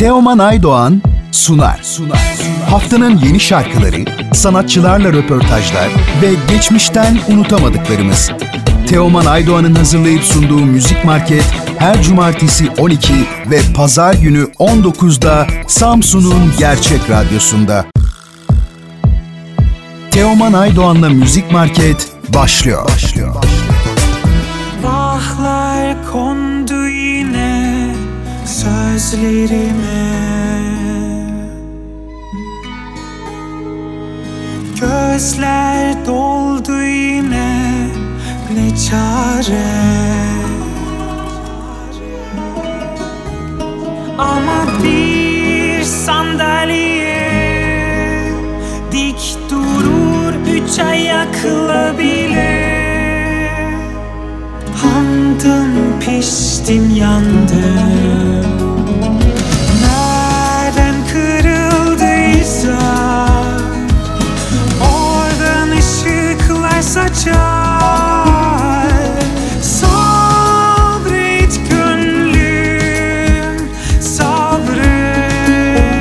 Teoman Aydoğan sunar. Haftanın yeni şarkıları, sanatçılarla röportajlar ve geçmişten unutamadıklarımız. Teoman Aydoğan'ın hazırlayıp sunduğu Müzik Market her cumartesi 12 ve pazar günü 19'da Samsun'un Gerçek Radyosu'nda. Teoman Aydoğan'la Müzik Market başlıyor. Vahlar kondu yine sözlerime, gözler doldu yine, ne çare. Ama bir sandalye dik durur 3 ayakla bile. Handım, piştim, yandım. Nereden kırıldıysa oradan ışıklar saçar. Sabret gönlüm, sabret.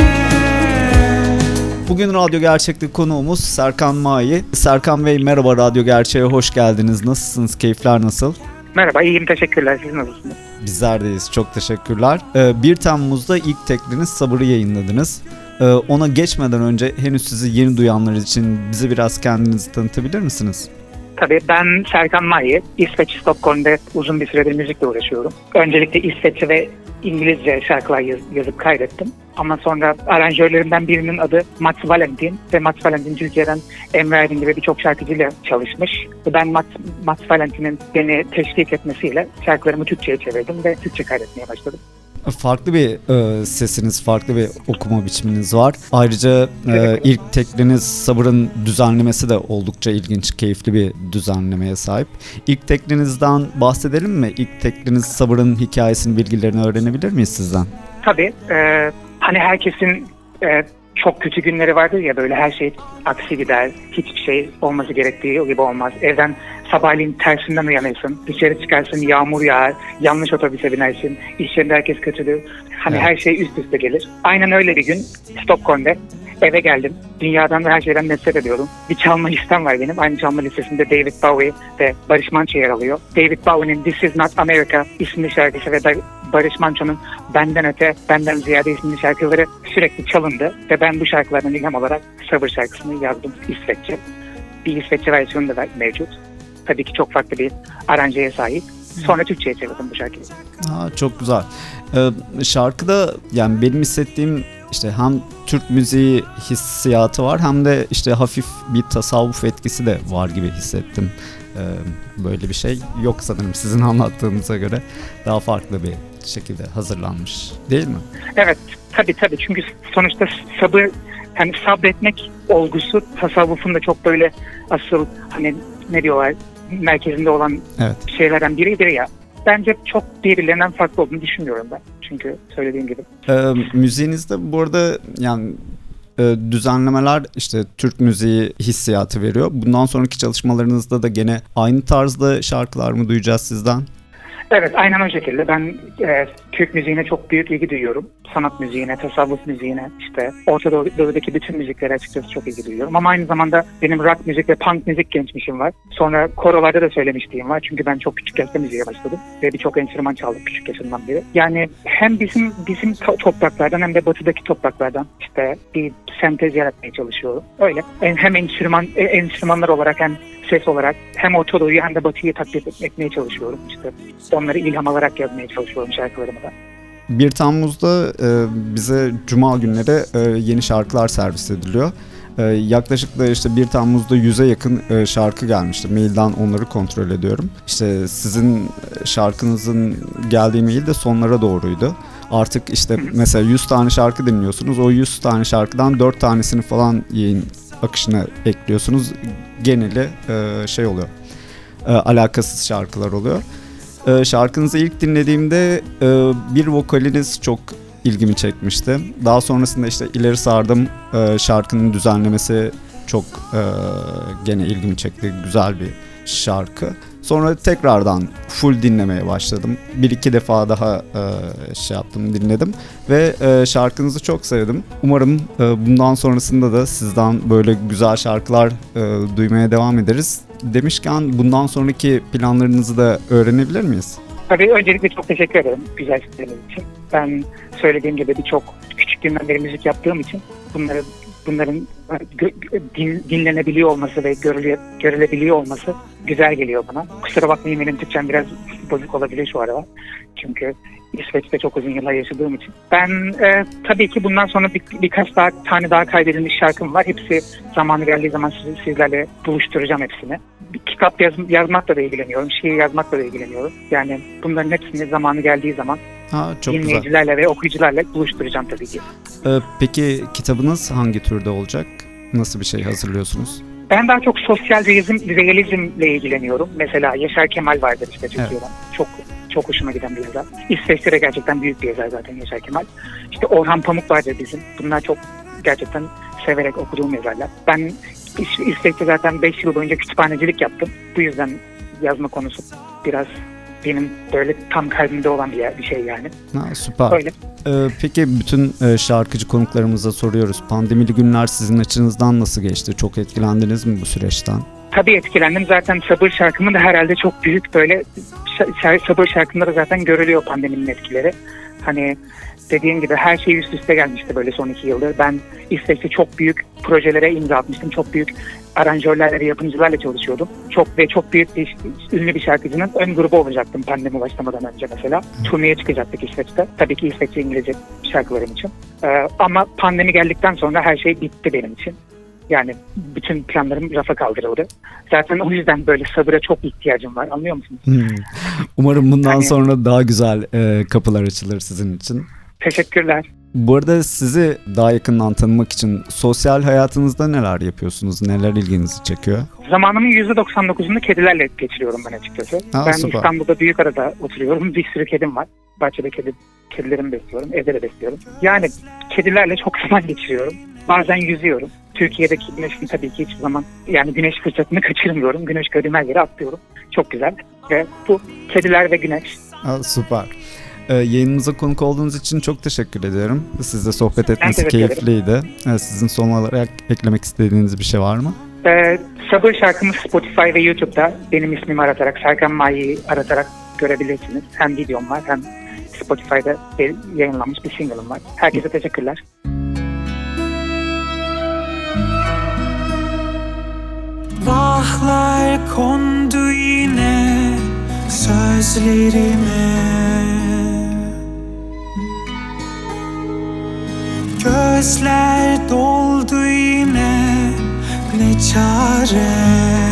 Bugün Radyo Gerçek'te konuğumuz Serkan Mayi. Serkan Bey merhaba, Radyo Gerçek'e hoş geldiniz. Nasılsınız? Keyifler nasıl? Merhaba, iyiyim, teşekkürler. Siz nasılsınız? Bizler deyiz, çok teşekkürler. 1 Temmuz'da ilk tekliniz Sabır'ı yayınladınız. Ona geçmeden önce henüz sizi yeni duyanlar için bize biraz kendinizi tanıtabilir misiniz? Tabii, ben Serkan Mayi. İsveç, Stockholm'da uzun bir süredir müzikle uğraşıyorum. Öncelikle İsveççe ve İngilizce şarkılar yazıp kaydettim. Ama sonra aranjörlerimden birinin adı Mats Valentin ve Mats Valentin Türkiye'den Emre Aydın gibi birçok şarkıcıyla çalışmış. Ben Mats Valentin'in beni teşvik etmesiyle şarkılarımı Türkçe'ye çevirdim ve Türkçe kaydetmeye başladım. Farklı bir sesiniz, farklı bir okuma biçiminiz var. Ayrıca ilk tekliniz Sabır'ın düzenlemesi de oldukça ilginç, keyifli bir düzenlemeye sahip. İlk teklinizden bahsedelim mi? İlk tekliniz Sabır'ın hikayesini, bilgilerini öğrenebilir miyiz sizden? Tabii. Hani herkesin çok kötü günleri vardır ya, böyle her şey aksi gider. Hiçbir şey olması gerektiği gibi olmaz. Evden sabahleyin tersinden uyanırsın. Dışarı çıkarsın, yağmur yağar. Yanlış otobüse binersin. İş yerinde herkes kötüdür. Hani her şey üst üste gelir. Aynen öyle bir gün Stockholm'da eve geldim. Dünyadan ve her şeyden nefret ediyorum. Bir çalma listem var benim. Aynı çalma listesinde David Bowie ve Barış Manço yer alıyor. David Bowie'nin This Is Not America isimli şarkısı ve Barış Manço'nun Benden Öte, Benden Ziyade isimli şarkıları sürekli çalındı. Ve ben bu şarkılardan ilham olarak Sabır şarkısını yazdım İsveççe. Bir İsveççe versiyonu da mevcut. Tabii ki çok farklı bir aranjeye sahip. Sonra Türkçe'ye çevirdim bu şarkıyı. Çok güzel. Şarkıda yani benim hissettiğim işte hem Türk müziği hissiyatı var hem de işte hafif bir tasavvuf etkisi de var gibi hissettim. Böyle bir şey yok sanırım sizin anlattığınıza göre. Daha farklı bir şekilde hazırlanmış değil mi? Evet, tabii çünkü sonuçta sabır, hani sabretmek olgusu tasavvufun da çok böyle asıl hani ne diyorlar merkezinde olan şeylerden biridir ya. Bence çok birbirlerinden farklı olduğunu düşünmüyorum ben. Çünkü söylediğim gibi. Müziğinizde bu arada yani düzenlemeler işte Türk müziği hissiyatı veriyor. Bundan sonraki çalışmalarınızda da gene aynı tarzda şarkılar mı duyacağız sizden? Evet, aynen o şekilde. Ben Türk müziğine çok büyük ilgi duyuyorum. Sanat müziğine, tasavvuf müziğine, işte Orta Doğu'daki bütün müziklere açıkçası çok ilgi duyuyorum. Ama aynı zamanda benim rock müzik ve punk müzik geçmişim var. Sonra korolarda da söylemişliğim var. Çünkü ben çok küçük yaşta müziğe başladım. Ve birçok enstrüman çaldım küçük yaşımdan beri. Yani hem bizim topraklardan hem de batıdaki topraklardan işte bir sentez yaratmaya çalışıyorum. Öyle. Hem enstrümanlar olarak hem ses olarak hem Orta Doğu'yu hem de Batı'yı taklit etmeye çalışıyorum. İşte onları ilham alarak yazmaya çalışıyorum şarkılarımı da. 1 Temmuz'da bize Cuma günleri yeni şarkılar servis ediliyor. Yaklaşık da işte 1 Temmuz'da 100'e yakın şarkı gelmişti. Mailden onları kontrol ediyorum. İşte sizin şarkınızın geldiği mail de sonlara doğruydu. Artık işte mesela 100 tane şarkı dinliyorsunuz. O 100 tane şarkıdan 4 tanesini falan yayın akışına ekliyorsunuz. Geneli şey oluyor. Alakasız şarkılar oluyor. Şarkınızı ilk dinlediğimde bir vokaliniz çok ilgimi çekmişti. Daha sonrasında işte ileri sardım, şarkının düzenlemesi çok gene ilgimi çekti. Güzel bir şarkı. Sonra tekrardan full dinlemeye başladım. Bir iki defa daha dinledim ve şarkınızı çok sevdim. Umarım bundan sonrasında da sizden böyle güzel şarkılar duymaya devam ederiz. Demişken bundan sonraki planlarınızı da öğrenebilir miyiz? Tabii öncelikle çok teşekkür ederim güzel sözleriniz için. Ben söylediğim gibi birçok küçüklüğümden beri müzik yaptığım için bunların dinlenebiliyor olması ve görülebiliyor olması güzel geliyor bana. Kusura bakmayın, benim Türkçem biraz bozuk olabilir şu ara. Çünkü İsveç'te çok uzun yıllar yaşadığım için. Ben tabii ki bundan sonra birkaç tane daha kaydedilmiş şarkım var. Hepsi zamanı geldiği zaman sizlerle buluşturacağım hepsini. Bir kitap yazmakla da ilgileniyorum. Şiir yazmakla da ilgileniyorum. Yani bunların hepsini zamanı geldiği zaman dinleyicilerle güzel ve okuyucularla buluşturacağım tabii ki. Peki kitabınız hangi türde olacak? Nasıl bir şey hazırlıyorsunuz? Ben daha çok sosyal realizmle ilgileniyorum. Mesela Yaşar Kemal vardır işte Türkiye'den. Evet. Çok hoşuma giden bir yazar. İsveç'te de gerçekten büyük bir yazar zaten Yaşar Kemal. İşte Orhan Pamuk vardır bizim. Bunlar çok gerçekten severek okuduğum yazarlar. Ben İsveç'te zaten 5 yıl boyunca kütüphanecilik yaptım. Bu yüzden yazma konusu biraz benim böyle tam kalbimde olan bir şey yani. Süper. Öyle. Peki bütün şarkıcı konuklarımıza soruyoruz. Pandemili günler sizin açınızdan nasıl geçti? Çok etkilendiniz mi bu süreçten? Tabii etkilendim. Zaten Sabır şarkımın da herhalde çok büyük böyle Sabır şarkımda da zaten görülüyor pandeminin etkileri. Hani dediğim gibi her şey üst üste gelmişti böyle son 2 yıldır. Ben İsveç'te çok büyük projelere imza atmıştım. Çok büyük aranjörlerle ve yapımcılarla çalışıyordum. Çok büyük ünlü bir şarkıcının ön grubu olacaktım pandemi başlamadan önce mesela. Turneye çıkacaktık İsveç'te. Tabii ki İsveççe İngilizce şarkılarım için. Ama pandemi geldikten sonra her şey bitti benim için. Yani bütün planlarım rafa kaldırıldı. Zaten o yüzden böyle sabıra çok ihtiyacım var. Anlıyor musunuz? Umarım bundan sonra daha güzel kapılar açılır sizin için. Teşekkürler. Bu arada sizi daha yakından tanımak için sosyal hayatınızda neler yapıyorsunuz? Neler ilginizi çekiyor? Zamanımın %99'unu kedilerle geçiriyorum ben açıkçası. Ben süper. İstanbul'da Büyükada'da oturuyorum. Bir sürü kedim var. Bahçede kedilerimi besliyorum. Evde de besliyorum. Yani kedilerle çok zaman geçiriyorum. Bazen yüzüyorum. Türkiye'deki güneşin tabii ki hiçbir zaman yani güneş fırsatını kaçırmıyorum. Güneş gördüğüm her yere atlıyorum. Çok güzel. Ve bu kediler ve güneş. Süper. Yayınımıza konuk olduğunuz için çok teşekkür ediyorum. Sizle sohbet etmesi keyifliydi. Sizin son olarak eklemek istediğiniz bir şey var mı? Sabır şarkımız Spotify ve YouTube'da benim ismimi aratarak, Serkan Mayi'yi aratarak görebilirsiniz. Hem videom var hem Spotify'da yayınlanmış bir single'ım var. Herkese teşekkürler. Vahlar kondu yine sözlerime, gözler doldu yine ne çare.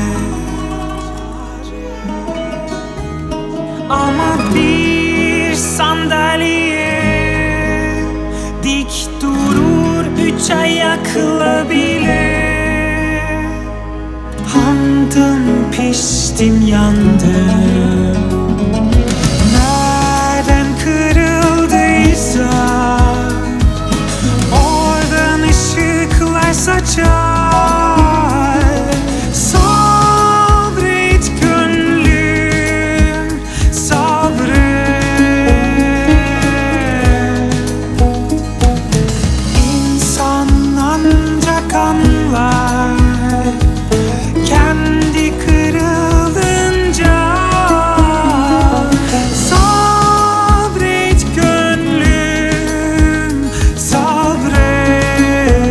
Ama bir sandalye dik durur 3 ayakla bile. Handım, piştim, yandım. Nereden kırıldıysa oradan ışıklar saçar. Sabret gönlüm, sabret. İnsan ancak anlar kendi kırılınca. Sabret gönlüm, sabret.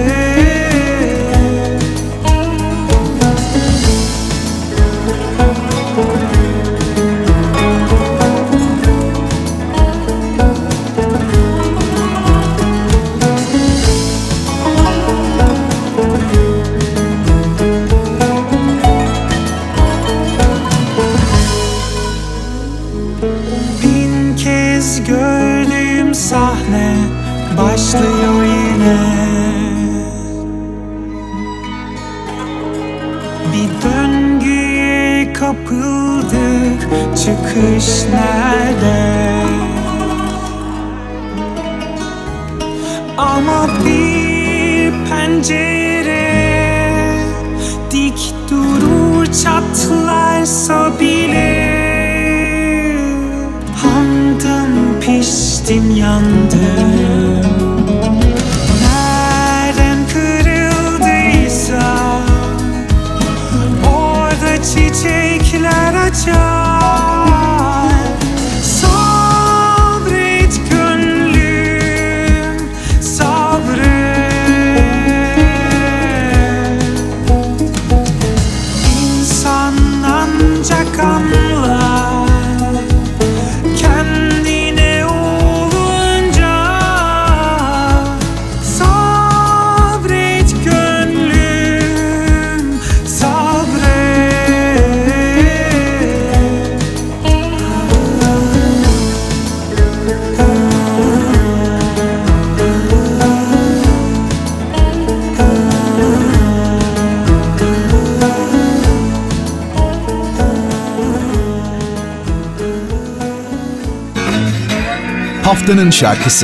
Bin kez gördüğüm sahne başlıyor yine. Bir döngüye kapıldık, çıkış nerede? Ama bir pencere dik durur çatlarsa bile handım, piştim, yandım. Nereden kırıldıysa orada çiçekler açar. Sabret gönlüm, sabret. İnsan ancak anlar kendine olunca. Sabret gönlüm, sabret. Haftanın şarkısı.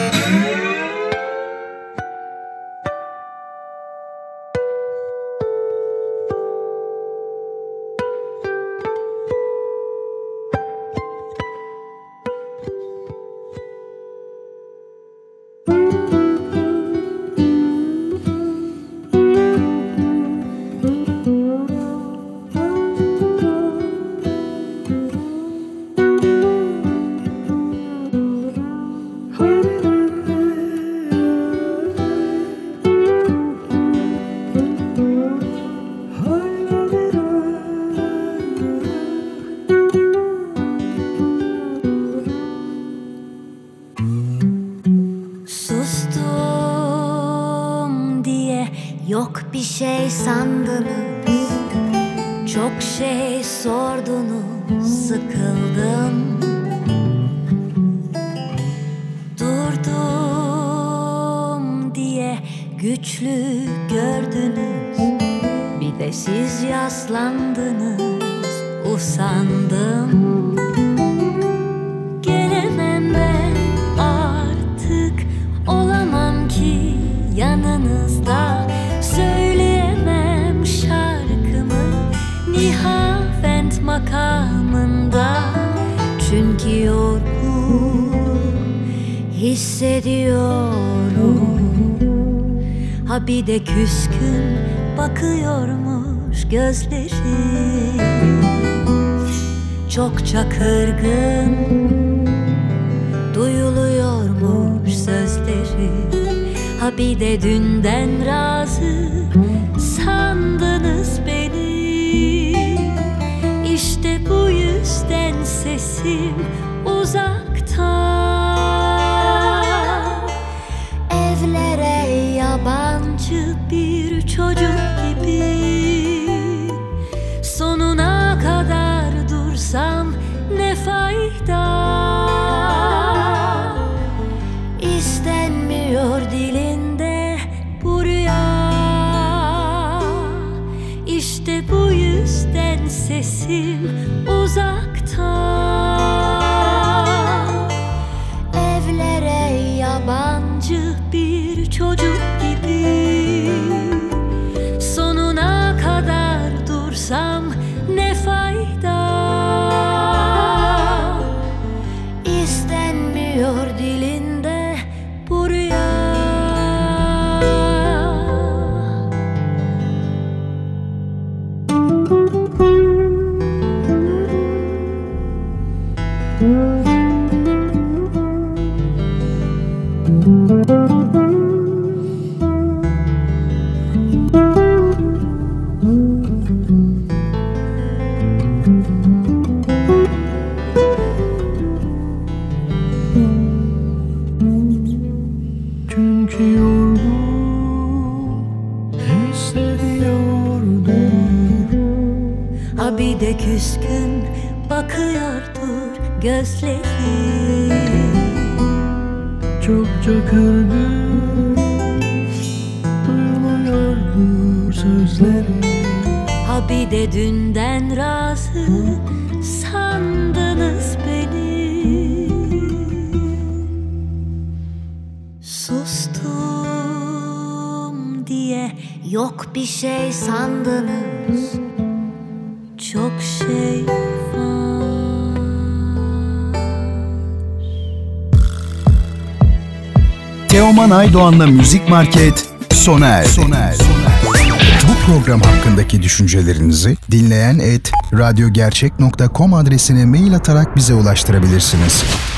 Sustum diye yok bir şey sandınız, çok şey sordunuz, sıkıldım. Durdum diye güçlü gördünüz, bir de siz yaslandınız, usandım. Gelemem ben artık, olamam ki yanınızda. Söyleyemem şarkımı Nihavent makamında. Çünkü yorgun hissediyorum. Ha bir de küskün bakıyormuş gözlerim. Çokça kırgın duyuluyormuş sözleri. Ha bir de dünden razı sandınız beni. İşte bu yüzden sesim uzakta. Evlere yabancı bir çocuk gibi. Sonuna kadar dursam ne fayda? İstenmiyor dilinde bu rüya. İşte bu yüzden sesim uzakta. Evlere yabancı bir çocuk gibi. Sonuna kadar dursam ne fayda? İstenmiyor dilinde bu rüya. Çünkü yorgun hissediyordur. Ha bir de küskün bakıyordur gözlerim. Çokça kırgın duyuluyordur sözleri. Ha bir de dünden razı sandınız beni. Sustum diye yok bir şey sandınız, çok şey var. Teoman Aydoğan'la Müzik Market sona erdi. Bu program hakkındaki düşüncelerinizi dinleyen @radyogercek.com adresine mail atarak bize ulaştırabilirsiniz.